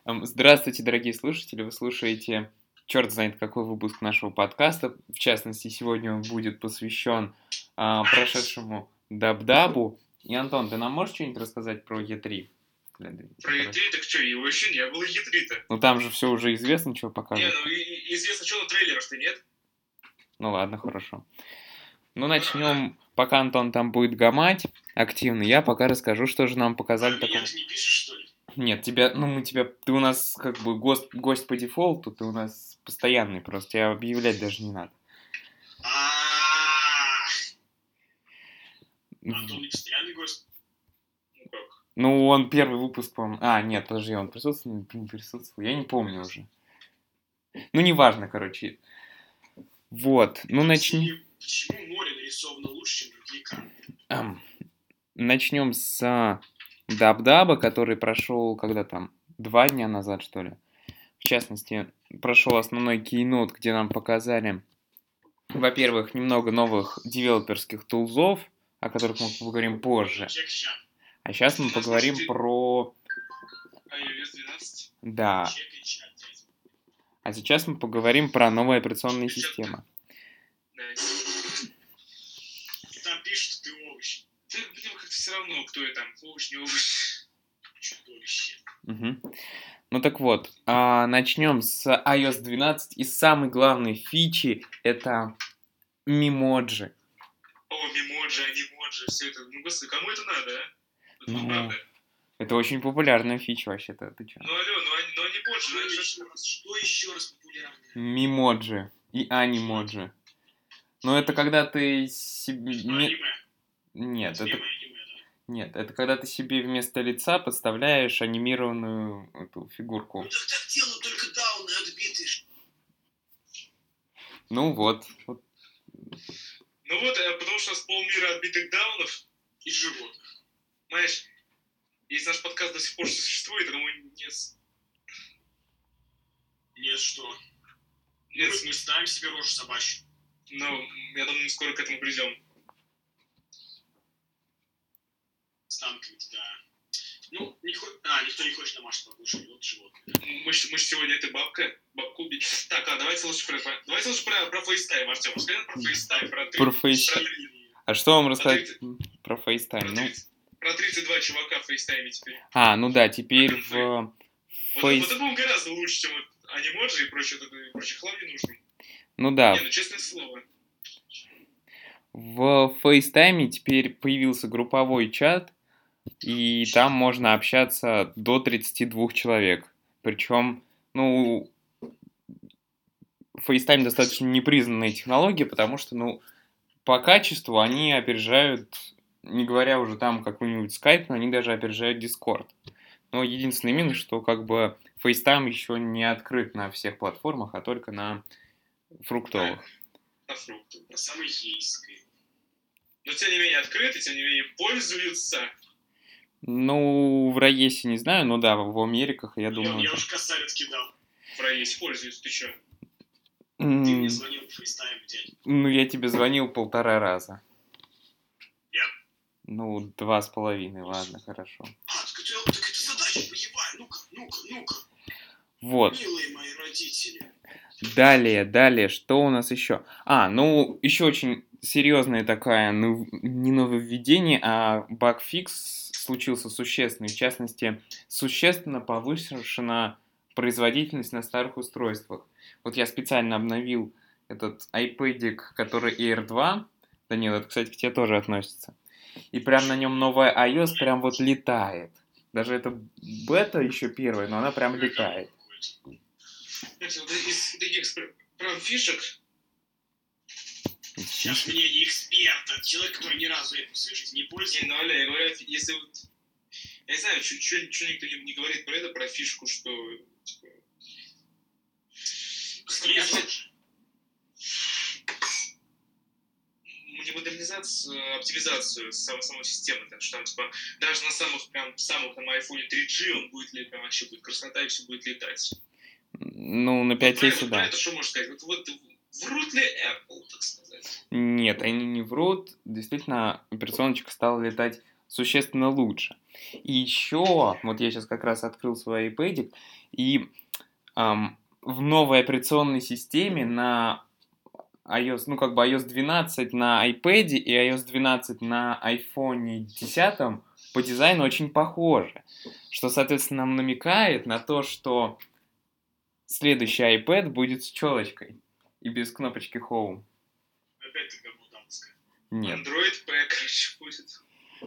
Здравствуйте, дорогие слушатели! Вы слушаете черт знает какой выпуск нашего подкаста. В частности, сегодня он будет посвящен прошедшему Дабдабу. И, Антон, ты нам можешь что-нибудь рассказать про Е3? Про Е3? Так что, его еще не было Е3-то. Ну там же все уже известно, что Не, покажут. ну известно, что на трейлерах-то нет. Ну ладно, хорошо. Ну начнем, пока Антон там будет гамать активно, я пока расскажу, что же нам показали такого. Меня ты не пишешь, что ли? Нет, ты у нас как бы гость по дефолту, ты у нас постоянный, просто тебя объявлять даже не надо. Антон не постоянный гость? Ну как? Ну, он первый выпуск, по-моему... нет, подожди, он присутствовал, не присутствовал, я не помню уже. Ну, неважно, короче. Вот, ну начнем... Почему море нарисовано лучше, чем другие карты? Начнем с Дабдаба, который прошел, когда там, 2 дня назад, что ли. В частности, прошел основной кейнот, где нам показали, во-первых, немного новых девелоперских тулзов, о которых мы поговорим позже. А сейчас мы поговорим про... iOS 12? Да. А сейчас мы поговорим про новые операционные системы. Там пишут, что ты овощ. Да, мне как-то все равно, кто я там, овощ, не овощ. Чудовище. Угу. Ну так вот, начнем с iOS 12. И самой главной фичи это мемоджи. Мемоджи, анимоджи, все это. Ну, господи, кому это надо, а? Это правда. Это очень популярная фича вообще-то, ты чё? Ну алло, ну анимоджи, что еще раз популярное? Мемоджи и анимоджи. Ну это когда ты себе... Нет, это... Нет, это когда ты себе вместо лица подставляешь анимированную эту фигурку. Ну так делают только дауны отбитые. Ну вот. Ну вот, потому что у нас полмира отбитых даунов и животных. Понимаешь, если наш подкаст до сих пор существует, я думаю, нет. Нет что? Нет, мы ставим себе рожу собачью. Ну, я думаю, мы скоро к этому придем. С танками, да. Ну, никто не хочет домашнего покушать, вот животные. Мы же сегодня это бабку убить. Так, давайте лучше про FaceTime, Артем. Расскажи про FaceTime, про FaceTime. А что вам рассказать про FaceTime? Про 32 чувака в FaceTime теперь. Ну да, теперь в... Вот это, по-моему, гораздо лучше, чем вот анимоджи и прочий хлам ненужный. Ну да. Не, честное слово. В FaceTime теперь появился групповой чат, и там можно общаться до 32 человек. Причем, FaceTime достаточно непризнанная технология, потому что, по качеству они опережают, не говоря уже там какой-нибудь Skype, но они даже опережают Discord. Но единственный минус, что как бы FaceTime еще не открыт на всех платформах, а только на фруктовых. На фруктовых, на самой ейской. Но тем не менее открыт, и тем не менее пользуются. В Раесе не знаю, но да, в Америках, я думаю... Я уже косарец кидал. В Раесе пользуюсь, ты чё? Ты мне звонил в FaceTime, дядь. Я тебе звонил 1,5 раза. Нет. 2,5, ладно, хорошо. Так это задача боевая, ну-ка. Вот. Милые мои родители. Далее, что у нас еще? Еще очень серьезное такое, не нововведение, а багфикс случился существенный. В частности, существенно повышена производительность на старых устройствах. Вот я специально обновил этот iPadик, который Air 2. Данил, это, кстати, к тебе тоже относится. И прям на нем новая iOS прям вот летает. Даже это бета еще первая, но она прям летает. Из таких прям фишек. Сейчас мне не эксперт, человек, который ни разу этим в своей жизни не пользуется. Ну, Аля, говорят, если вот... Я не знаю, что никто не говорит про это, про фишку, что... Типа... Модернизацию, оптимизацию самой системы, так что там, типа, даже на самых на iPhone 3G он будет летать, прям вообще будет красота, и все будет летать. На 5S, да. Про это что можно сказать? Вот врут ли Apple, так сказать? Нет, они не врут. Действительно, операционочка стала летать существенно лучше. И еще, вот я сейчас как раз открыл свой iPad, и в новой операционной системе на iOS, ну как бы iOS 12 на iPad и iOS 12 на iPhone 10 по дизайну очень похожи, что, соответственно, нам намекает на то, что следующий iPad будет с челочкой и без кнопочки Home. Опять ты говно дамское. Нет. Android P, короче, будет.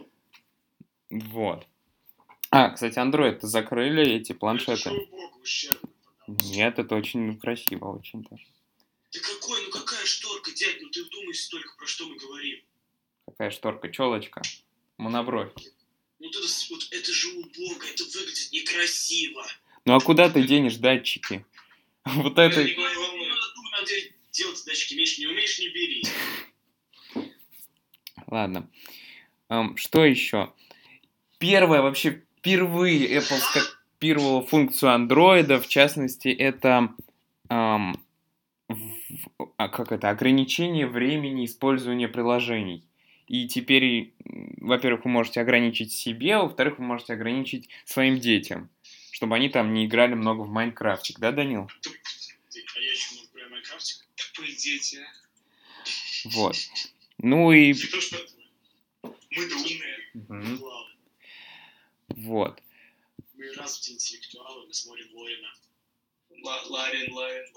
Вот. Кстати, Android-то закрыли эти планшеты. Это же убого, ущербно. Нет, это очень красиво, очень даже. Да какой, ну какая шторка, дядь, ну ты вдумайся только, про что мы говорим. Какая шторка, челочка, монобровь. Ну вот это же убого, это выглядит некрасиво. Ну а куда ты денешь датчики? Вот это... Надо делать датчики, не умеешь, не бери. Ладно. Что еще? Вообще, впервые Apple скопировала функцию Android, в частности, это ограничение времени использования приложений. И теперь, во-первых, вы можете ограничить себе, а во-вторых, вы можете ограничить своим детям, чтобы они там не играли много в Майнкрафтик, да, Данил? А я еще могу про Майнкрафтик? Тупые дети, а. Вот. Ну и... Не то, что мы-то умные. Вот. Мы развитые интеллектуалы, мы смотрим Лорина. Ларин.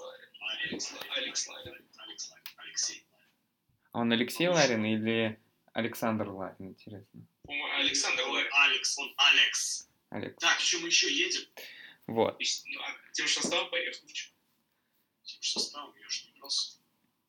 Алексей. Он Алексей Ларин или Александр Ларин, интересно? По-моему, Александр Ларин. Он Алекс. Так, что мы еще едем? Вот. Тем же составом поехал. Тем же составом, я же не игрался.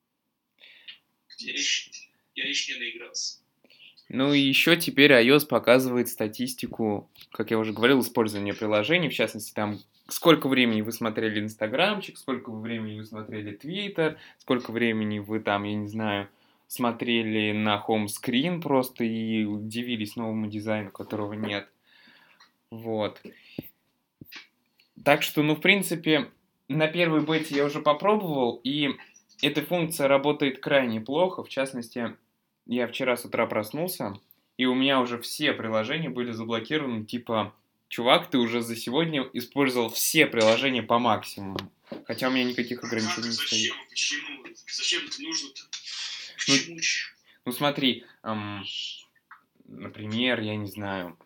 Я еще не наигрался. Ну и еще теперь iOS показывает статистику, как я уже говорил, использования приложений, в частности, там, сколько времени вы смотрели Инстаграмчик, сколько времени вы смотрели Твиттер, сколько времени вы там, я не знаю, смотрели на хоум-скрин просто и удивились новому дизайну, которого нет. Вот. Так что, ну, в принципе, на первой бете я уже попробовал, и эта функция работает крайне плохо, в частности... Я вчера с утра проснулся, и у меня уже все приложения были заблокированы, типа, чувак, ты уже за сегодня использовал все приложения по максимуму. Хотя у меня никаких ограничений не стоит. Почему? Зачем это нужно-то? Почему? Ну смотри, например, я не знаю,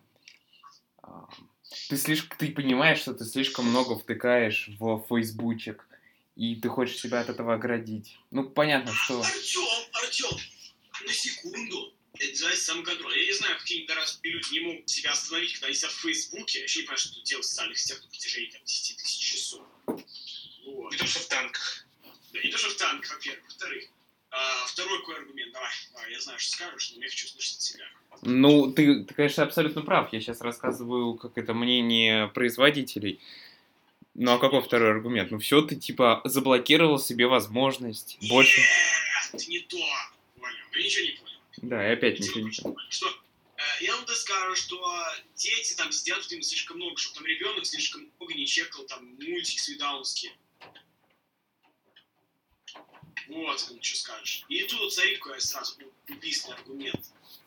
ты понимаешь, что ты слишком много втыкаешь в фейсбучек, и ты хочешь себя от этого оградить. Ну, понятно, что... Артём! На секунду. Это называется самоконтроль. Я не знаю, какие недоразвитые люди не могут себя остановить, когда они сидят в Фейсбуке. Я вообще не понимаю, что делать в социальных сетях на протяжении 10 тысяч часов. Вот. Не то, что в танках. Да, не то, что в танках, во-первых. Во-вторых, второй какой аргумент? Давай, я знаю, что скажешь, но я хочу слышать от себя. Ну, ты, конечно, абсолютно прав. Я сейчас рассказываю, как это мнение производителей. Ну, а какой второй аргумент? Ну, все, ты, типа, заблокировал себе возможность. Больше... Нет, не то. Я ничего не понял. Да, и опять ничего не понял. Что, я вам скажу, что дети там сидят им слишком много, чтобы там ребенок слишком много не чекал там мультики свидауновские. Вот, ну что скажешь. И тут вот царит какой сразу убийственный аргумент.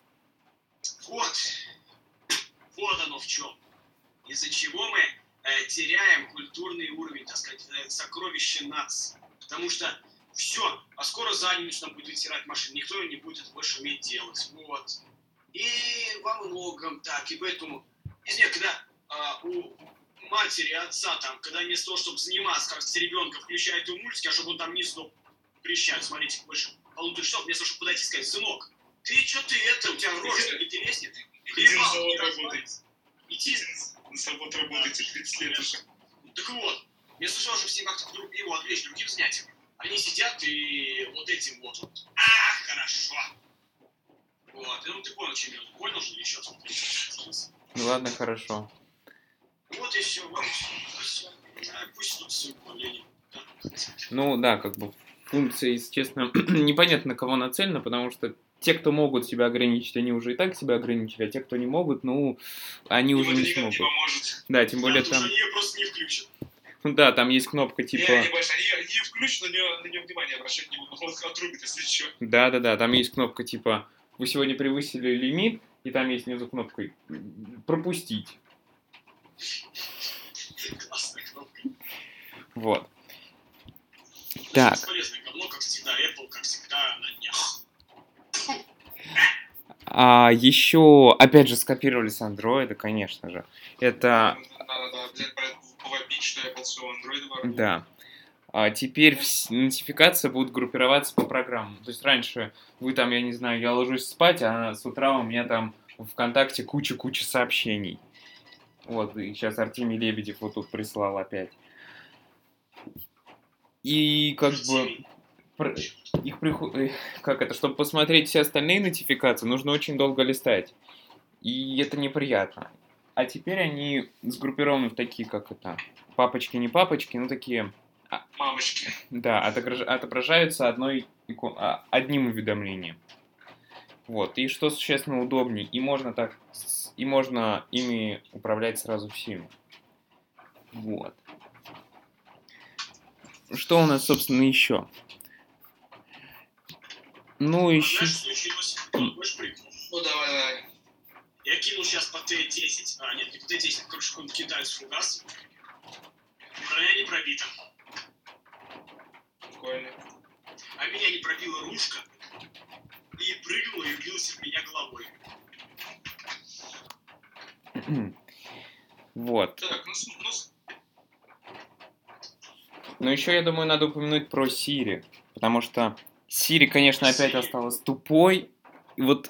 Вот оно в чем. Из-за чего мы теряем культурный уровень, так сказать, сокровище нации. Потому что все, а скоро задницу нам будет вытирать машину, никто не будет это больше уметь делать. Вот. И во многом так, и поэтому, извините, когда у матери, отца там, когда вместо того, чтобы заниматься, как с ребенком включают ему мультики, а чтобы он там не сдох, прищать, смотрите, больше полутора часов, вместо того, чтобы подойти и сказать: сынок, ты что ты это, у тебя рожа интереснее, иди на завод работать. Иди на завод работать 30 лет уже. Так вот, вместо того, чтобы все как-то его отвлечь другим занятием, они сидят и вот этим вот. Хорошо. Вот. Ну ты понял, чем я понял, что еще смотреть. Ну ладно, хорошо. Вот и все, вот и все. Пусть тут все управление. Ну да, как бы функция, если честно, непонятно на кого нацелена, потому что те, кто могут себя ограничить, они уже и так себя ограничили, а те, кто не могут, ну, они уже не смогут. Не поможет. Да, тем более там... Они ее просто не включат. Ну да, там есть кнопка типа... Не, больше, они включат, на нее внимание обращать не будут, он отрубит, если что. Да, там есть кнопка типа: вы сегодня превысили лимит, и там есть внизу кнопка пропустить. Классная кнопка. Вот. Так. Бесполезное говно, как всегда, Apple, как всегда, на днях. А еще, опять же, скопировали с Android, конечно же. Это... Надо взять повопить, что Apple все Android ворует. Да. А теперь нотификации будут группироваться по программам. То есть раньше вы там, я не знаю, я ложусь спать, а с утра у меня там в ВКонтакте куча сообщений. Вот, и сейчас Артемий Лебедев вот тут прислал опять. И как бы... Их как это, чтобы посмотреть все остальные нотификации, нужно очень долго листать. И это неприятно. А теперь они сгруппированы в такие, как это, папочки, не папочки, ну такие... Мамочки. Да, отображаются одним уведомлением. Вот, и что существенно удобнее, и можно ими управлять сразу всеми. Вот. Что у нас, собственно, еще? Ну, еще... Знаешь, следующий носик, можешь прыгнуть? Ну, давай. Я кинул сейчас по Т-10. А, нет, не по Т-10, короче, какой-нибудь китаец фугас. Броня не пробита. Прикольно. А меня не пробила ручка. И прыгнула и убилась в меня головой. Вот. Так, Но еще, я думаю, надо упомянуть про Siri. Потому что Siri, конечно, опять осталась тупой. И вот...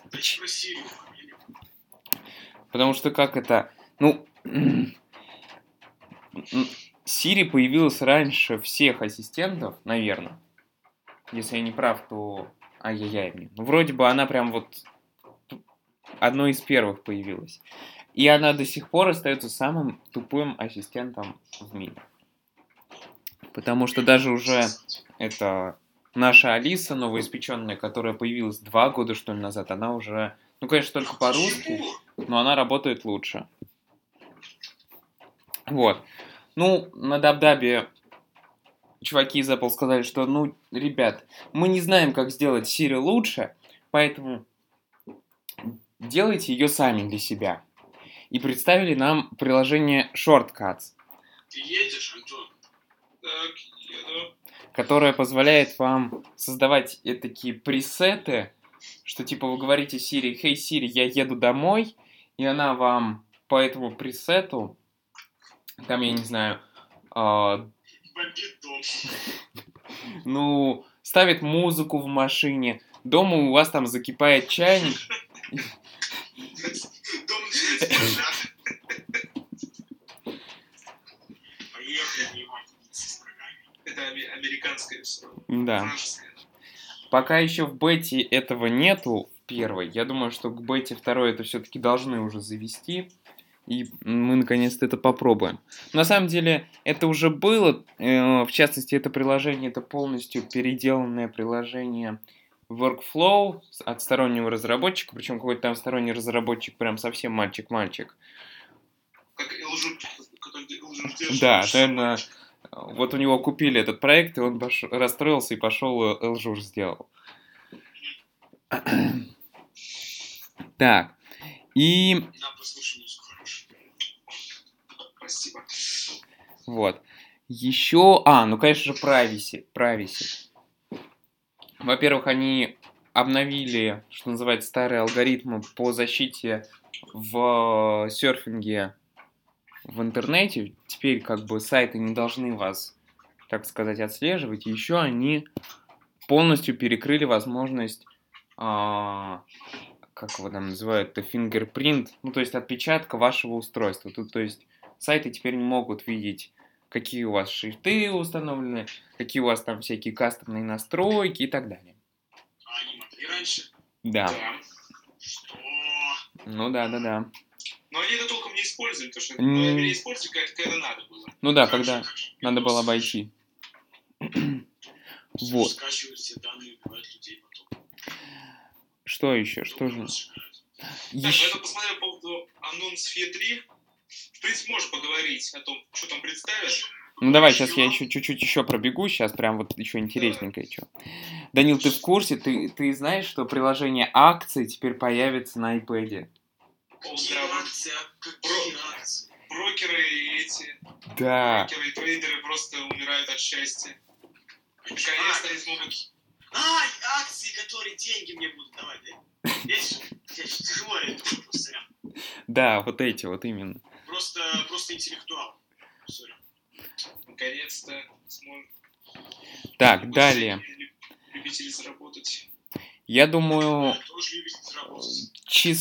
Потому что как это... Ну... Siri появилась раньше всех ассистентов, наверное. Если я не прав, то... Ай-яй-яй мне. Ну, вроде бы она прям вот... одной из первых появилась. И она до сих пор остается самым тупым ассистентом в мире. Потому что даже уже это наша Алиса, новоиспеченная, которая появилась 2 года, что ли, назад, она уже, ну, конечно, только по-русски, но она работает лучше. Вот. Ну, на Дабдабе чуваки из Apple сказали, что, ну, ребят, мы не знаем, как сделать Siri лучше, поэтому делайте ее сами для себя. И представили нам приложение Shortcuts. Ты едешь, Антон? Так, еду. Которое позволяет вам создавать такие пресеты, что типа вы говорите Siri, «Hey Siri, я еду домой», и она вам по этому пресету, там, я не знаю, бомбит дом. Ну, ставит музыку в машине, дома у вас там закипает чайник. Дом начинается пожар. Поехали, не могу с врагами. Это американское все. Да. Пока еще в бете этого нету, в первой, я думаю, что к бете второй это все-таки должны уже завести. И мы наконец-то это попробуем. На самом деле, это уже было. В частности, это приложение, это полностью переделанное приложение Workflow от стороннего разработчика. Причем какой-то там сторонний разработчик, прям совсем мальчик-мальчик. Как Элжур, который да, наверное, вот у него купили этот проект, и он расстроился и пошел Элжур сделал. Так. И... Спасибо. Вот. Еще... ну, конечно же, privacy. Во-первых, они обновили, что называется, старые алгоритмы по защите в серфинге в интернете. Теперь, как бы, сайты не должны вас, так сказать, отслеживать. И еще они полностью перекрыли возможность... как его там называют, fingerprint, ну, то есть отпечатка вашего устройства. То есть сайты теперь не могут видеть, какие у вас шрифты установлены, какие у вас там всякие кастомные настройки и так далее. А они могли раньше? Да. Что? Ну да. Но они это толком не использовали, потому что они использовали, когда надо было. Ну да, когда надо было обойти. Вот. Скачивают все данные, убивают людей потом. Что еще? Что же? Так, я посмотрел по поводу анонс FE 3. В принципе, можешь поговорить о том, что там представишь. Ну давай, сейчас я еще чуть-чуть еще пробегу, сейчас прям вот еще интересненькое что. Данил, ты в курсе? Ты знаешь, что приложение акции теперь появится на iPad? Какие акции, какие акции? Брокеры и эти... Да. Брокеры и трейдеры просто умирают от счастья. Наконец-то они смогут... акции, которые деньги мне будут давать, да? Я тяжело это просто, сорян. Да, вот эти вот именно. Просто интеллектуал. Сорян. Наконец-то сможет... Так, далее. Любители заработать. Я думаю, Да, тоже любитель заработать.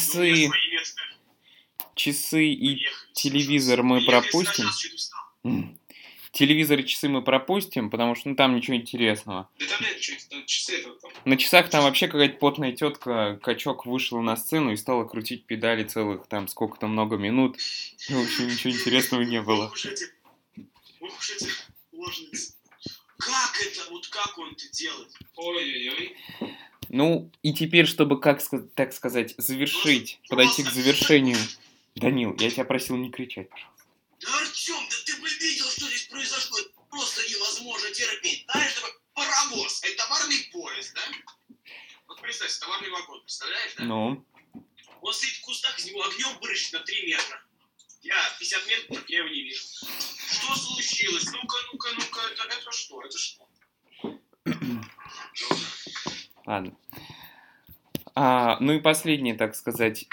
часы и телевизор мы пропустим. Телевизор и часы мы пропустим, потому что там ничего интересного. Да там нет ничего, часы это там. На часах там вообще какая-то потная тетка, качок, вышла на сцену и стала крутить педали целых там сколько-то много минут. В общем, ничего интересного не было. Ох уж эти ложницы. Как это? Вот как он это делает? Ой-ой-ой. Ну, и теперь, чтобы, так сказать, завершить, подойти к завершению. Данил, я тебя просил не кричать, пожалуйста. Да, Артем, да ты бы видел, что здесь произошло. Это просто невозможно терпеть. Знаешь, такой паровоз, это товарный поезд, да? Вот представь, товарный вагон, представляешь, да? Ну? Он стоит в кустах, из него огнем брызжет на 3 метра. Я 50 метров, я его не вижу. Что случилось? Ну-ка, это что? Это что? Ладно. Ну и последняя, так сказать,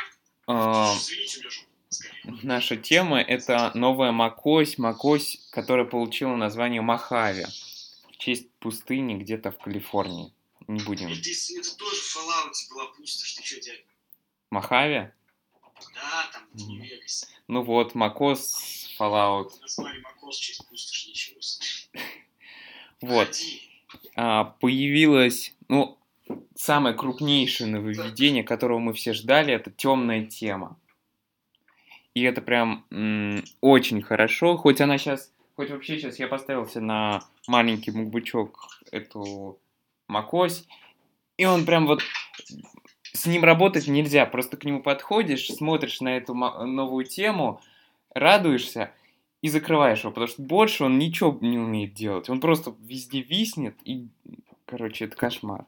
наша тема — это новая macOS, которая получила название Мохаве в честь пустыни где-то в Калифорнии. Не будем. Это тоже в Fallout была пустошь, ты что, дядя? Мохаве? Да, там в Нью-Вегасе. Ну вот, macOS, Fallout. Назвали macOS в честь пустоши, ничего себе. Вот. Появилось, самое крупнейшее нововведение, которого мы все ждали, это темная тема. И это прям очень хорошо, хоть вообще сейчас я поставил себе на маленький макбучок эту macOS, и он прям вот, с ним работать нельзя, просто к нему подходишь, смотришь на эту новую тему, радуешься и закрываешь его, потому что больше он ничего не умеет делать, он просто везде виснет, и, короче, это кошмар.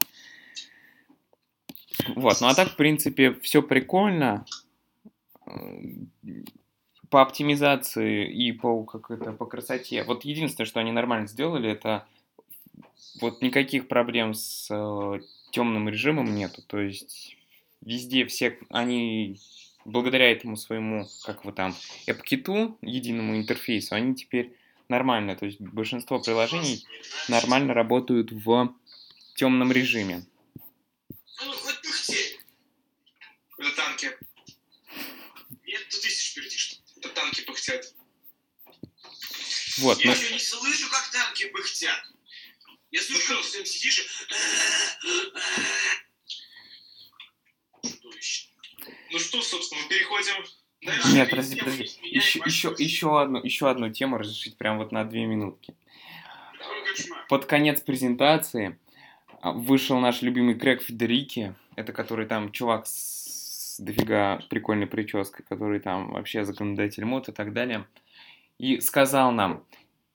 Вот, ну а так, в принципе, все прикольно. По оптимизации и по красоте. Вот единственное, что они нормально сделали, это вот никаких проблем с темным режимом нету. То есть везде все они благодаря этому своему, AppKit, единому интерфейсу, они теперь нормально. То есть большинство приложений нормально работают в темном режиме. Хоть пыхтеть. Это танки. Нет, тут тысяч впереди, что это танки пыхтят. Вот, я еще не слышу, как танки пыхтят. Я слышу, как ты там сидишь и... Ну что, собственно, мы переходим... Нет, подожди. Еще одну тему разрешить прям вот на 2 минутки. Под конец презентации вышел наш любимый Грег Федерики. Это который там чувак с дофига прикольной прической, который там вообще законодатель мод и так далее. И сказал нам,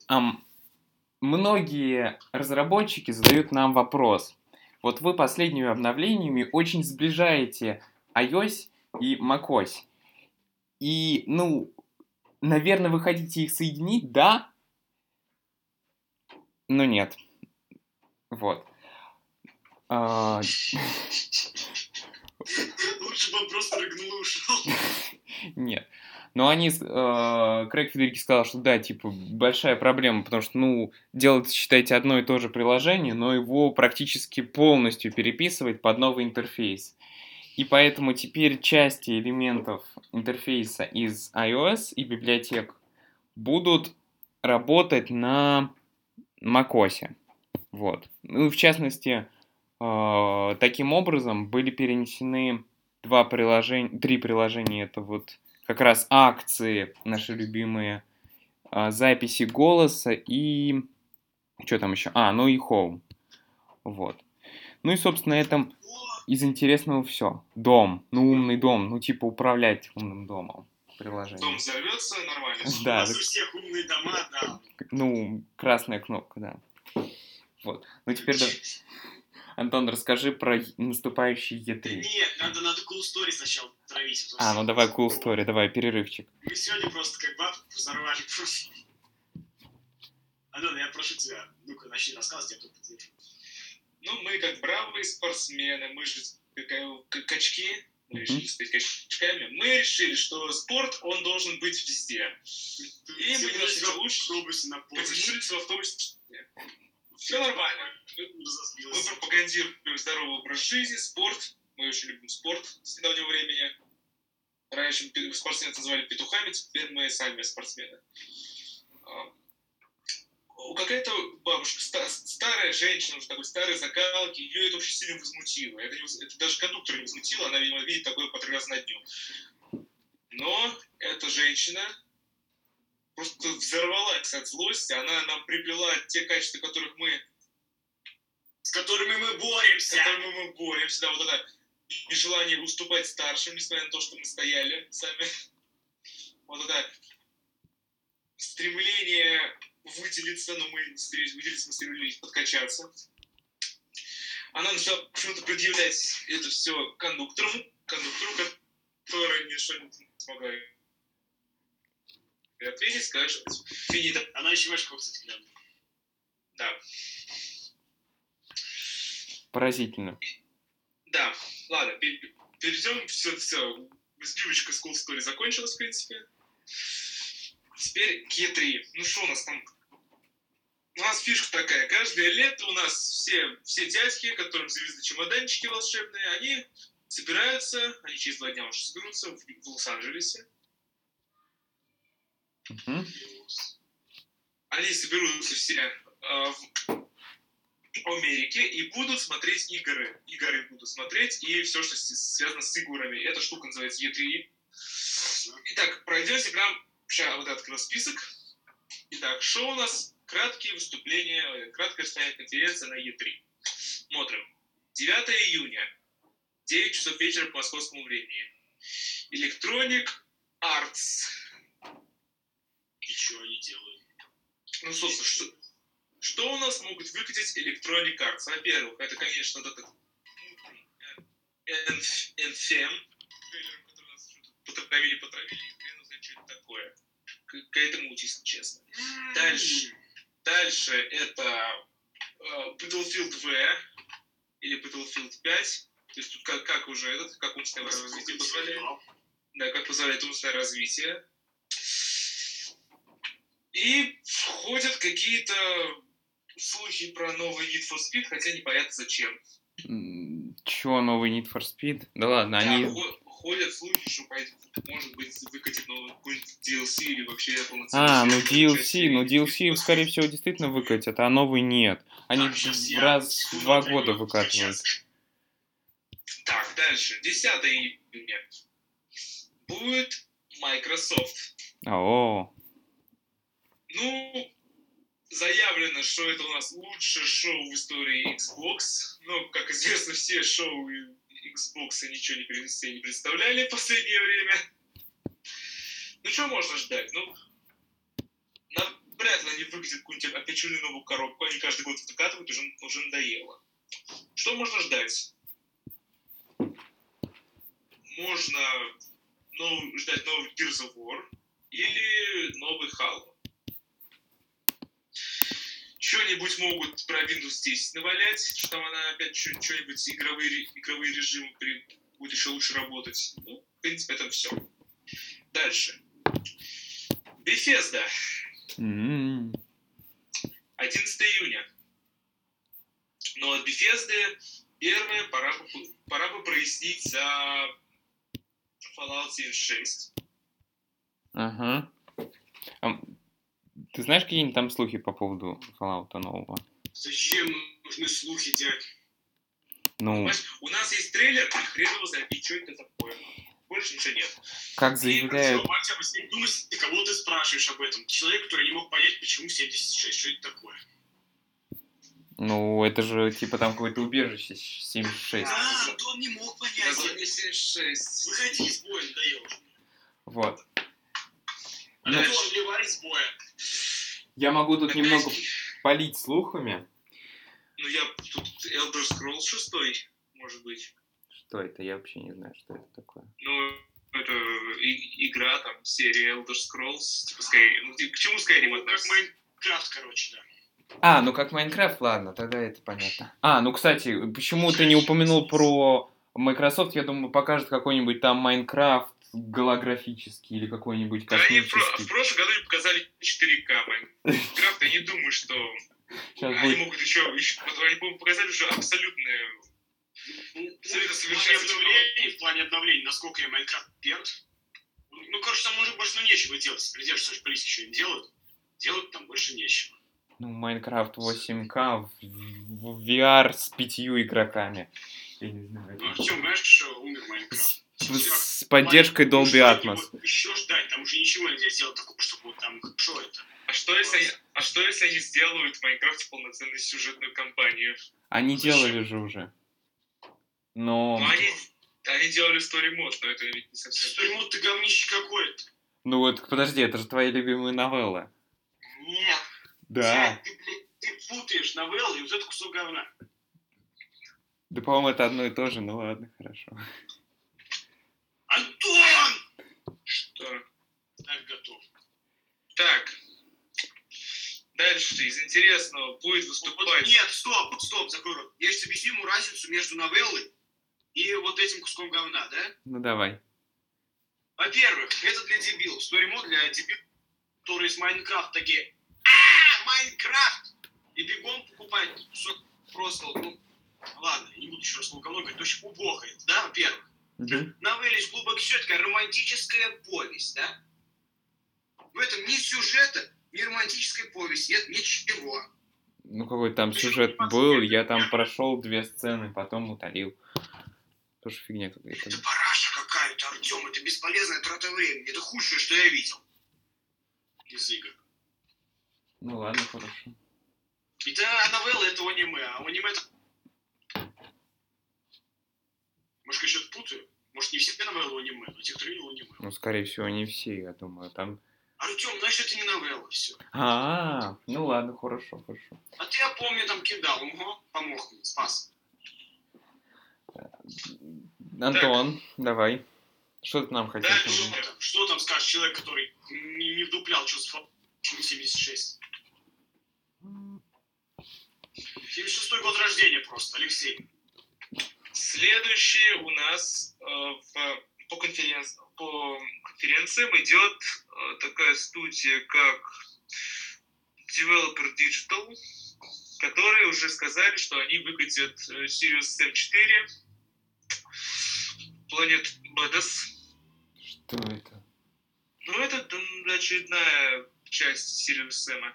многие разработчики задают нам вопрос. Вот вы последними обновлениями очень сближаете iOS и macOS. И, наверное, вы хотите их соединить, да? Но нет. Вот. Лучше бы он просто рыгнул и ушел. Нет. Но Крейг Федерики сказал, что да, большая проблема, потому что, делать, считайте, одно и то же приложение, но его практически полностью переписывать под новый интерфейс. И поэтому теперь части элементов интерфейса из iOS и библиотек будут работать на macOS. Вот. В частности, таким образом были перенесены 3 приложения. Это вот как раз акции, наши любимые, записи голоса и... Что там еще? И Home. Вот. И, собственно, это из интересного все. Дом. Умный дом. Управлять умным домом. Приложение. Дом взорвется нормально. Да. У нас у всех умные дома, да. Красная кнопка, да. Вот. Теперь да. Антон, расскажи про наступающий Да Е3. нет, надо cool story сначала травить. Ну давай cool story, давай, перерывчик. Мы сегодня просто как бабку взорвали просто. Антон, я прошу тебя, ну-ка начни рассказывать, я тут поддержу. Ну, мы как бравые спортсмены, мы же качки, мы решили стать качками. Мы решили, что спорт, он должен быть везде. И мы немножко в автобусе на помощь. Потянулись в автобусе. Все нормально. Мы пропагандируем здоровый образ жизни, спорт. Мы очень любим спорт с недавнего времени. Раньше спортсменов называли петухами, теперь мы сами спортсмены. Какая-то бабушка, старая женщина, уже такой старой закалки, ее это очень сильно возмутило. Это даже кондуктора не возмутило, она, видимо, видит такое по 3 раза на дню. Но эта женщина просто взорвалась от злости, она нам приплела те качества, с которыми мы боремся. Да, вот это нежелание уступать старшим, несмотря на то, что мы стояли сами. Вот это стремление выделиться, но мы не стремились, мы стремились подкачаться. Она начала почему-то предъявлять это все кондуктору, который ничего не смогла ответить, сказать, что финита. Она еще в очках, кстати, глянула. Да. Поразительно. Да, ладно, перейдем, все, сбивочка с Cool Story закончилась, в принципе. Теперь Е3. Ну что у нас там? У нас фишка такая. Каждое лето у нас все дядьки, которым завезли чемоданчики волшебные, они собираются, они через 2 дня уже соберутся в Лос-Анджелесе. Они соберутся все в Америке и будут смотреть игры. Игры будут смотреть и все, что связано с играми. Эта штука называется E3. Итак, пройдемте прям. Сейчас вот открыл список. Итак, что у нас? Краткие выступления, краткая конференция на E3. Смотрим. 9 июня. 9 часов вечера по московскому времени. Electronic Arts. И что они делают? Ну, собственно, что у нас могут выкатить Electronic Arts? Во-первых, это, конечно, вот этот Anthem, который нас потравили, и хрен узнает, что это такое. Какая-то муть, если честно. Дальше это Battlefield V или Battlefield 5. То есть тут как умственное развитие позволяет. Да, как позволяет умственное развитие. И входят какие-то слухи про новый Need for Speed, хотя непонятно зачем. Чё, новый Need for Speed? Да ладно, они... Ходят слухи, что, может быть, выкатит новый какой-нибудь DLC или вообще полноценный... DLC, скорее всего, действительно выкатят, а новый нет. Они раз в 2 года выкатывают. Так, дальше. 10 июня. Будет Microsoft. О. Ну, заявлено, что это у нас лучшее шоу в истории Xbox. Но, как известно, все шоу Xbox ничего не представляли в последнее время. Ну, что можно ждать? Ну, вряд ли они выкатят какую-нибудь опеченную новую коробку. Они каждый год выкатывают, уже надоело. Что можно ждать? Можно ждать новый Gears of War или новый Halo. Что-нибудь могут про Windows 10 навалять, что там она опять что-нибудь игровые режимы будет еще лучше работать. Ну, в принципе, это все. Дальше. Bethesda. 11 июня. Но от Bethesda первое пора бы прояснить за Fallout 76. Ага. Ты знаешь какие-нибудь там слухи по поводу Fallout нового? Зачем нужны слухи, дядь? Ну... Понимаешь, у нас есть трейлер, и хрен его знает, и что это такое. Больше ничего нет. Как заявляют... Думай, кого ты спрашиваешь об этом. Человек, который не мог понять, почему 76, что это такое. Ну, это же типа там какое-то убежище 76. Да, то он не мог понять. Название 76. Выходи из боя, надоел. Вот. Антон, вливай из боя. Я могу тут немного палить слухами. Ну, я тут Elder Scrolls 6, может быть. Что это? Я вообще не знаю, что это такое. Ну, это игра, там, серия Elder Scrolls, типа Skyrim. Ну, к чему Skyrim относится? Как Майнкрафт, короче, да. А, ну как Майнкрафт, ладно, тогда это понятно. А, ну, кстати, почему ты не упомянул про Microsoft? Я думаю, покажет какой-нибудь там Майнкрафт голографический или какой-нибудь Да, они космический. в прошлом году показали 4К Майнкрафт. Я не думаю, что они могут еще... Они, по-моему, показали уже абсолютное... В плане обновлений, насколько я Майнкрафт перт. Ну, короче, там уже больше нечего делать. Придерживаешь, полиция еще не делают. Делать там больше нечего. Ну, Майнкрафт 8К в VR с 5 игроками. Я не знаю. Ну, Артем, знаешь, что умер Майнкрафт? С поддержкой Dolby Atmos. Еще ждать, там уже ничего нельзя сделать такого, чтобы вот там, что это? А что если они сделают в Майнкрафте полноценную сюжетную кампанию? Они делали же уже. Но... Ну, они делали Story Mode, но это ведь не совсем... Story Mode ты говнище какой-то. Ну вот, подожди, это же твои любимые новеллы. Нет. Да. Ты путаешь новеллы и вот этот кусок говна. Да, по-моему, это одно и то же, ну ладно, хорошо. Антон! Что? Так, готов. Так. Дальше из интересного будет выступать... Вот, нет, стоп, закрой рот. Я сейчас объясню ему разницу между новеллой и вот этим куском говна, да? Ну давай. Во-первых, это для дебилов. Story Mode для дебилов, которые из Майнкрафта такие: Майнкрафт! И бегом покупать кусок просто, ну, ладно, не буду еще раз много говорить, то есть убогает, да, во-первых. Новелла из клуба Ксё, такая романтическая повесть, да? В этом ни сюжета, ни романтической повести, нет ничего. Ну какой там сюжет был, я там прошел 2 сцены, потом утолил. Тоже фигня какая-то. Это параша какая-то, Артем, это бесполезная трата времени, это худшее, что я видел из игр. Ну ладно, хорошо. Это новелла, это аниме, а аниме это... Может, я что-то путаю? Может, не все новеллы аниме, но те, кто видел аниме. Ну, скорее всего, не все, я думаю, там... Артем, значит, это не новелла, все. Ну ладно, хорошо. А ты, я помню, там кидал, помог мне, спас. Антон, давай. Что ты нам хотел сказать? Что там скажет человек, который не вдуплял, что с 76? 76-й год рождения просто, Алексей. Следующий у нас по конференциям идет такая студия, как Developer Digital, которые уже сказали, что они выкатят Sirius Sam 4, Planet Badass. Что это? Ну, это очередная часть Sirius Sam.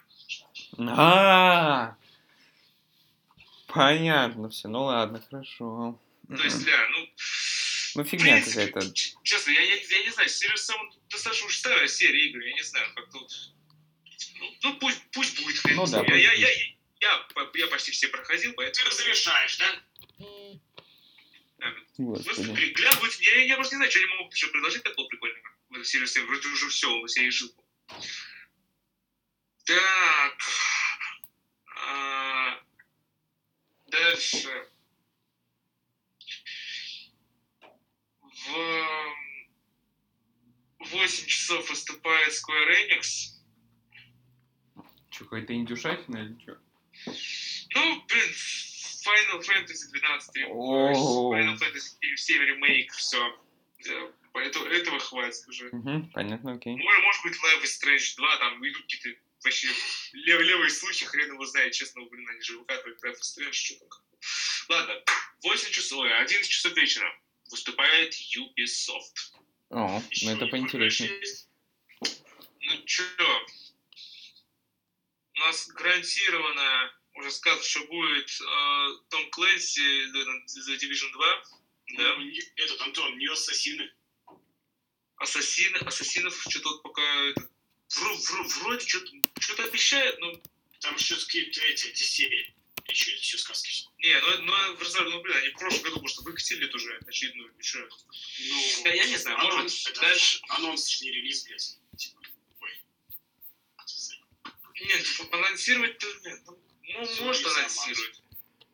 Понятно все, ну ладно, хорошо. То есть, ну фигня какая-то. Честно, я не знаю, Sirius Sam достаточно уж старая серия игр, я не знаю, как тут... Ну пусть будет. Ну да, я почти все проходил, поэтому... Ты разрешаешь, да? Господи. Глянуть, я просто не знаю, что они могут еще предложить такого прикольного. В Sirius Sam вроде уже все, у себя жил. Так... Дальше. В 8 часов выступает Square Enix. Что, какая-то индюшатина или что? Ну, блин, Final Fantasy 12 Final Fantasy 7 ремейк, все. Этого хватит уже. Понятно, окей. Может быть, Life is Strange 2, там идут какие-то вообще левые слухи, хрен его знает, честно, блин, они же выкатывают Life is Strange, что там. Ладно, 11 часов вечера выступает Ubisoft. Ну это поинтереснее. Ну чё, у нас гарантированно уже сказано, что будет Том Клэнси The Division 2. Да? Этот, Антон, не ассасины. Ассасинов что-то пока... Вроде что-то обещает, но... Там еще какие-то эти Одиссеи. Еще это все сказки все. Не, ну блин, они в прошлом году просто выкатили это уже очередную. Ничего. Ну, да, я не знаю, может дальше... Анонс не релиз, блядь. Типа, нет, типа, анонсировать-то нет. Ну, может анонсировать.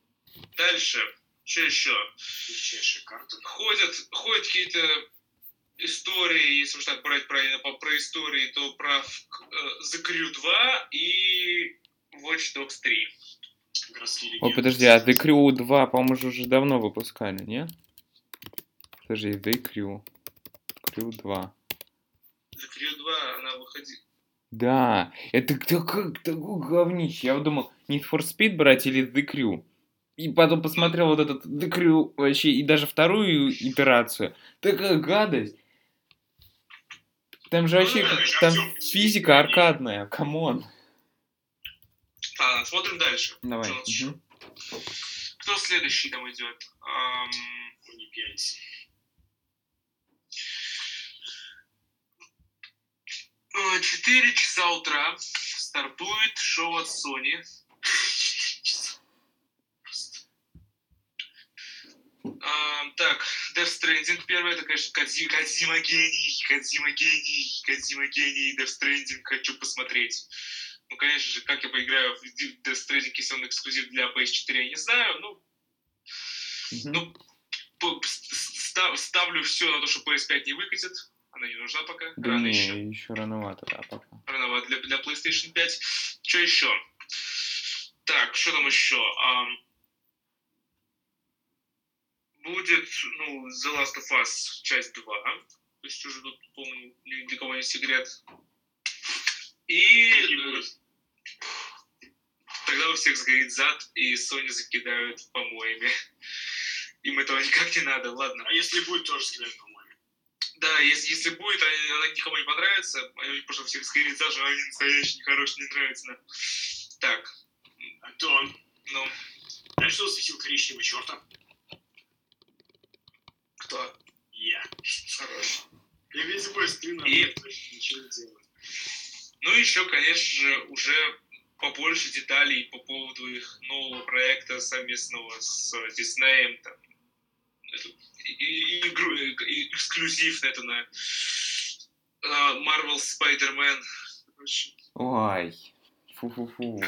Дальше. Что еще? Величайшая карта. Ходят какие-то истории, если уж так брать правильно про истории, то про The Crew 2 и Watch Dogs 3. Городские Ой, легенды. подожди, а The Crew 2, по-моему, уже давно выпускали, нет? Подожди, The Crew 2. The Crew 2, она выходила. Да, это такое говнище. Я вот думал, Need for Speed брать или The Crew. И потом посмотрел вот этот The Crew вообще, и даже вторую итерацию. Такая гадость. Там же вообще, там физика аркадная, камон. Ладно, смотрим дальше. Давай. Что у нас еще? Кто следующий там идет? Не 5. 4 часа утра стартует шоу от Sony. Так, Death Stranding первый, это, конечно, Кодзима гений, Death Stranding, хочу посмотреть. Ну, конечно же, как я поиграю в Death Stranding, если он эксклюзив для PS4, я не знаю, ставлю все на то, что PS5 не выкатит, она не нужна пока, Да рано не, еще. рановато, да, пока. Рановато для PlayStation 5. Что еще? Так, что там еще? Будет, The Last of Us часть 2. То есть уже тут, по-моему, ни для кого не секрет. И тогда у всех сгорит зад, и Sony закидают помоями. Им этого никак не надо, ладно. А если будет, тоже скидают помоями. Да, если будет, она никому не понравится, они просто всех сгорит зад, что они настоящие, нехорошие, не нравятся. Да. Так. Антон. Ну. Знаешь, что засветил коричневого черта? Кто? Я. Хорош. Я весь бой стрим, и ничего не делаю. Ну, еще, конечно же, уже побольше деталей по поводу их нового проекта совместного с Disney. Там, эксклюзив это на Marvel Spider-Man. Ой, фу-фу-фу.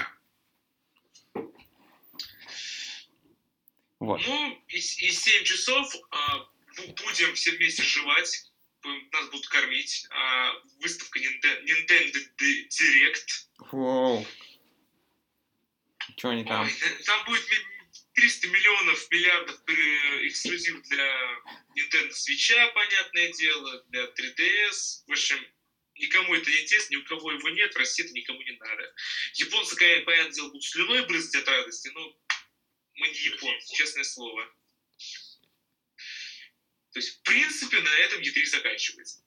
Вот. Ну, и 7 часов будем все вместе жевать, нас будут кормить. Выставка Nintendo Direct. Воу. Что они там? Ой, там будет 300 миллиардов эксклюзив для Nintendo Switch, понятное дело, для 3DS. В общем, никому это не интересно, ни у кого его нет, в России это никому не надо. Японцы, понятное дело, будут слюной брызгать от радости, но мы не японцы, честное слово. То есть, в принципе, на этом E3 заканчивается.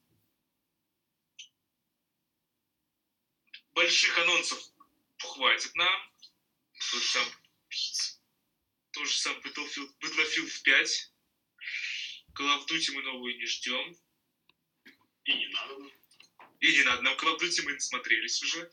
Больших анонсов хватит нам. Тот же сам Battlefield 5. Call of Duty мы новую не ждем. И не надо. И не надо. Нам Call of Duty мы насмотрелись уже.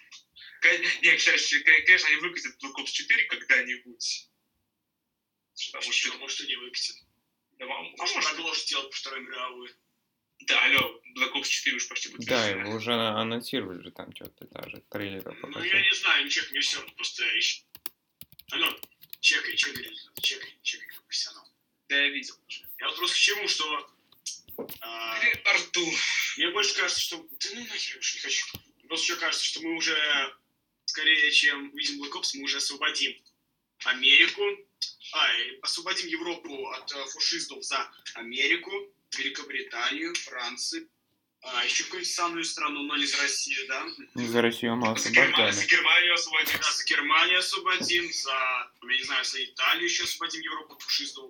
Конечно, они выкатят Black Ops 4 когда-нибудь. Потому что, может, и не выкатят. Да, может, продолжить делать по Второй мировой. Да, алло, Black Ops 4 уж почти будет. Да, его уже анонсировали же там что-то, даже трейлеры показали. Ну, я не знаю, ничего, не все, просто ищу. Алло, чекай, как профессионал. Да, я видел. Я вот просто к чему, что... Артур. Мне больше кажется, что... Да ну нахер, я уж не хочу. Просто еще кажется, что мы уже, скорее, чем увидим Black Ops, мы уже освободим Америку. И освободим Европу от фашистов за Америку, Великобританию, Францию. Еще какую-нибудь самую страну, но не за Россию, да? За Россию мы освобождали. За Германию освободим. Да, за Германию освободим, я не знаю, за Италию еще освободим Европу от фашистов.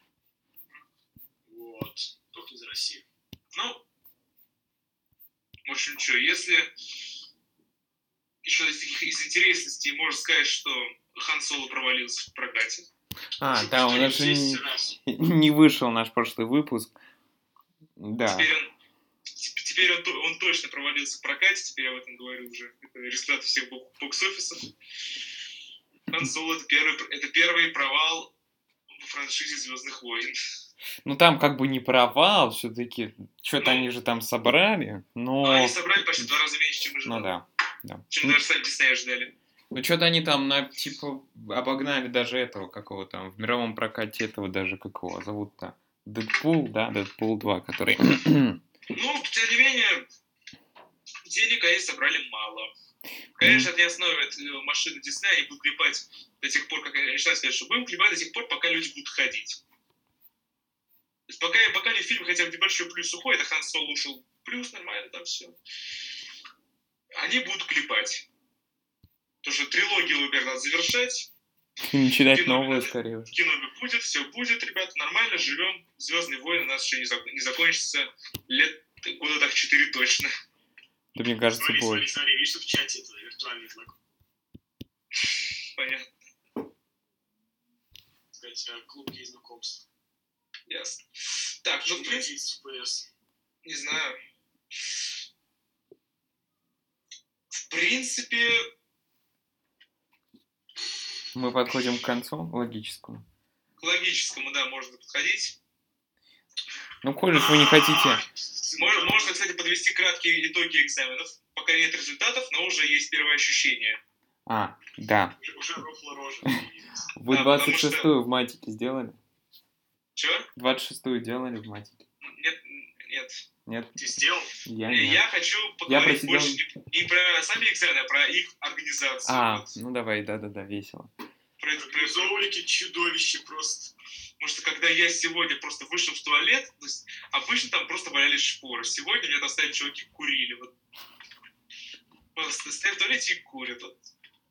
Вот. Только не за Россию. Ну, в общем, что, если еще из интересностей можно сказать, что Хан Соло провалился в прокате. Да, у нас же не вышел наш прошлый выпуск. Да. Теперь он точно провалился в прокате, теперь я об этом говорю уже. Это результат всех бокс-офисов. Хан Соло это первый провал в франшизе «Звездных войн». Ну там как бы не провал, все-таки что-то они же там собрали, но... Они собрали почти в 2 раза меньше, чем мы ждали. Ну да. Чем даже сами Дисней ждали. Ну, что-то они там, типа, обогнали даже этого, какого там, в мировом прокате этого даже, какого зовут-то? Дэдпул, да, Дэдпул 2, который... Ну, тем не менее, денег они собрали мало. Конечно, это не остановит машины Диснея, они будут клепать до тех пор, как они начинают сказать, что будем клепать до тех пор, пока люди будут ходить. То есть пока не фильм хотя бы небольшой плюс уходит, а Хан Соло ушел плюс, нормально там все. Они будут клепать. Потому что трилогию, например, надо завершать. Не читать новую, скорее. Кино будет, все будет, ребята, нормально, живем. Звездные войны у нас еще не закончится лет года так 4 точно. Да мне кажется, Смотри, видишь, что в чате это виртуальный знак. Понятно. Сказать, клуб гей знакомств. Ясно. Так, ну, в принципе, не знаю. В принципе... Мы подходим к концу логическому. К логическому, да, можно подходить. Ну, коль вы не хотите... Можно, кстати, подвести краткие итоги экзаменов. Пока нет результатов, но уже есть первое ощущение. Да. Уже рофла рожа. Вы 26-ю в матике сделали? Чего? 26-ю делали в матике? Нет. Ты сделал? Я хочу поговорить больше не про сами экзамены, а про их организацию. Ну давай, да, весело. Организовывали чудовище просто. Потому что когда я сегодня просто вышел в туалет, то есть обычно там просто валялись шпоры. Сегодня меня там стоят чуваки курили. Вот. Просто стоят в туалете и курят. Вот.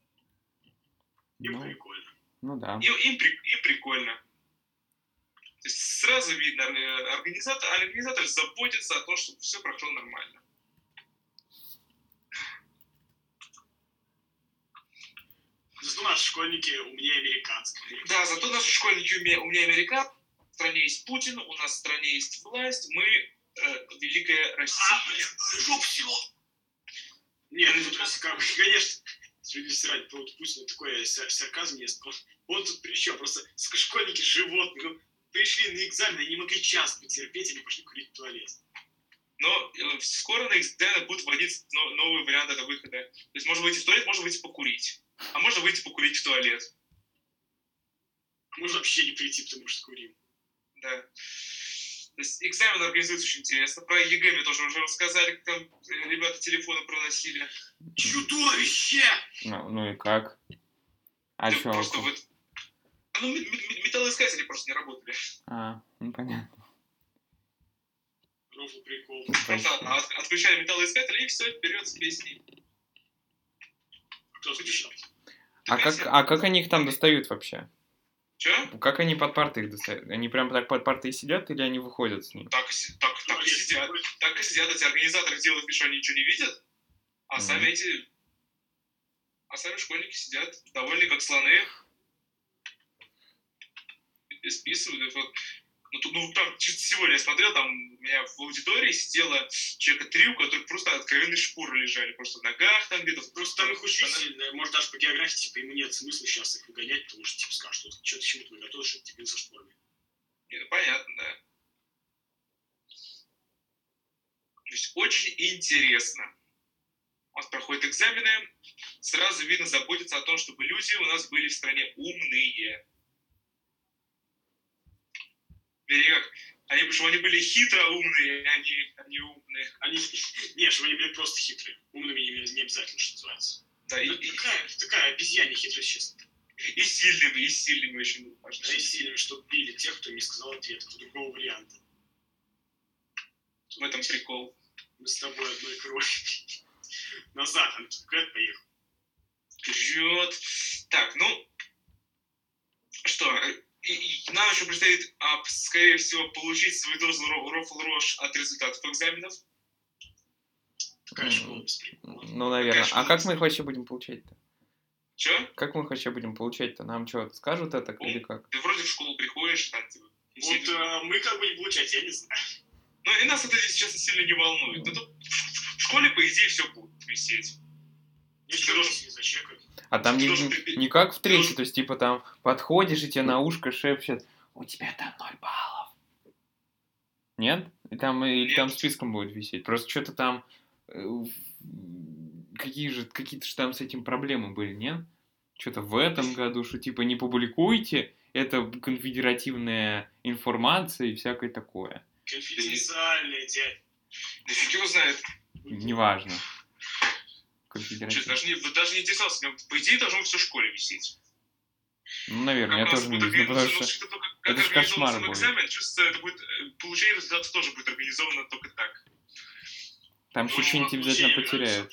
Им прикольно. Ну да. Им прикольно. То есть сразу видно, организатор заботится о том, чтобы все прошло нормально. Зато наши школьники умнее американцев. Да, зато наши школьники умнее американцев. В стране есть Путин, у нас в стране есть власть, мы великая Россия. Жоп всего! Нет, ну то есть, конечно, справедливости ради, по поводу Путина такой сарказм есть. Он тут при чем? Просто школьники животные. Ну, пришли на экзамен, они не могли час потерпеть, они пошли курить в туалет. Но скоро на экзаменах будут вводиться новые варианты выхода. То есть можно выйти в туалет, можно выйти покурить. А можно выйти покурить в туалет. Можно вообще не прийти, потому что курим. Да. То есть экзамен организуется очень интересно. Про ЕГЭ мне тоже уже рассказали, как там ребята телефоны проносили. Чудовище! Ну и как? А что? Просто вот... Ну, металлоискатели просто не работали. Ну понятно. Рофл прикол. Просто отключали металлоискатели, и все, вперед с песней. Кто запрещал? А как они их там достают вообще? Че? Как они под парты их достают? Они прям так под партой сидят или они выходят с ним? Так и сидят. Так и сидят. Эти организаторы делают вид, что они ничего не видят, а сами школьники сидят, довольны как слоны. И списывают. Ну, там, чисто сегодня я смотрел, там у меня в аудитории сидело человека 3, у которых просто откровенные шпоры лежали. Просто в ногах там где-то. Просто там их учитель, может, даже по географии, типа, ему нет смысла сейчас их выгонять, потому что, типа, скажут, что ты чему-то не готовишь, что ты со шпорами. Нет, понятно, да. То есть очень интересно. У нас проходят экзамены, сразу видно, заботиться о том, чтобы люди у нас были в стране умные. Вернее, как, чтобы они были хитро умные, а не умные. Нет, чтобы они были просто хитрые. Умными не обязательно, что называется. Да, такая обезьянья хитрость, честно. И сильными очень важно. Да, и сильными, чтобы били тех, кто не сказал ответ, кто другого варианта. В этом прикол. Мы с тобой одной крови. Назад, Антукэт поехал. Вперед. Так, ну, что, нам еще предстоит, скорее всего, получить свою дозу рофл-рош от результатов экзаменов. Какая школа без прикола? Ну, наверное. А как мы их вообще будем получать-то? Че? Как мы их вообще будем получать-то? Нам что, скажут это или как? Ты вроде в школу приходишь, там, типа... Вот мы как будем получать, я не знаю. Ну, и нас это здесь, честно, сильно не волнует. Ну, тут в школе, по идее, все будет висеть. Ничего не зачекают. А там не как в третьей, то есть, типа, там подходишь, и тебе на ушко шепчет, у тебя там 0 баллов. Нет? Или там списком будет висеть. Просто что-то там какие-то же там с этим проблемы были, нет? Что-то в этом году, что типа не публикуйте, это конфедеративная информация и всякое такое. Конфиденциальная, дядь. Да фиг его знает. Неважно. Что, даже не интересовался. По идее, должно все в школе висеть. Ну, наверное, я тоже не знаю, потому что это же кошмар будет. Экзамен, чувствуется, это будет, получение результата тоже будет организовано только так. Там еще что-нибудь обязательно потеряют.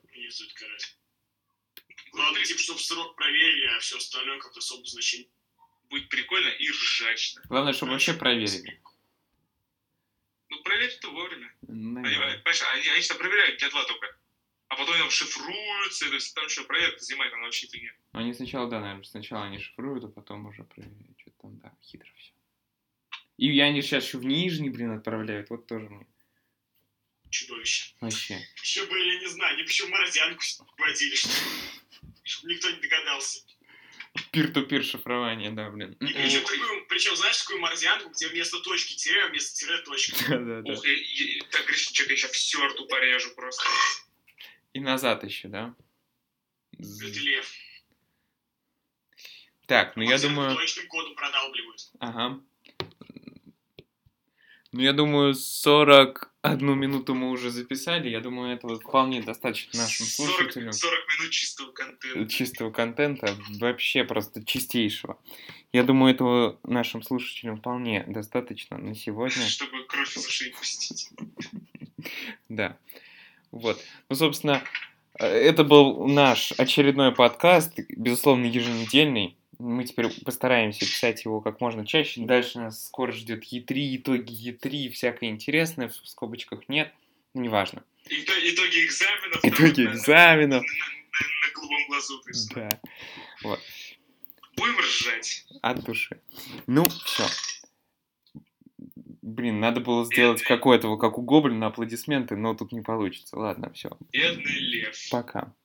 Главное, типа, чтобы срок проверили, а все остальное как-то особо значение. Будет прикольно и ржачно. Главное, чтобы вообще проверили. Ну, проверить это вовремя. Наверное. Понимаешь, они там проверяют дня 2 только. А потом там шифруются, то есть там еще проверка занимает, там вообще фигня. Ну, они сначала, да, наверное, сначала они шифруют, а потом уже проверяют. Что-то там, да, хитро все. И они сейчас еще в Нижний, отправляют. Вот тоже мне. Чудовище. Вообще. Еще бы, я не знаю, они бы еще морозянку водили, чтобы никто не догадался. Пир-ту-пир шифрование, да, блин. И причем, знаешь, такую морзянку, где вместо точки тире, а вместо тире точка. Да. Ух, так решил, что я сейчас всю рту порежу просто. И назад еще, да? Это лев. Так, ну я думаю... Точным кодом продалбливают. Ага. Ну, я думаю, 41 минуту мы уже записали. Я думаю, этого вполне достаточно нашим слушателям. 40 минут чистого контента. Чистого контента, вообще просто чистейшего. Я думаю, этого нашим слушателям вполне достаточно на сегодня. Чтобы кровь из ушей пустить. Да. Вот. Ну, собственно, это был наш очередной подкаст, безусловно, еженедельный. Мы теперь постараемся писать его как можно чаще. Дальше нас скоро ждет Е3, итоги Е3, всякое интересное, в скобочках нет, ну, неважно. Итоги экзаменов. Итоги экзаменов. На голубом глазу. То есть. Да. Вот. Будем ржать. От души. Ну, все. Блин, надо было сделать какое-то, как у Гоблина, аплодисменты, но тут не получится. Ладно, все. Бедный лев. Пока.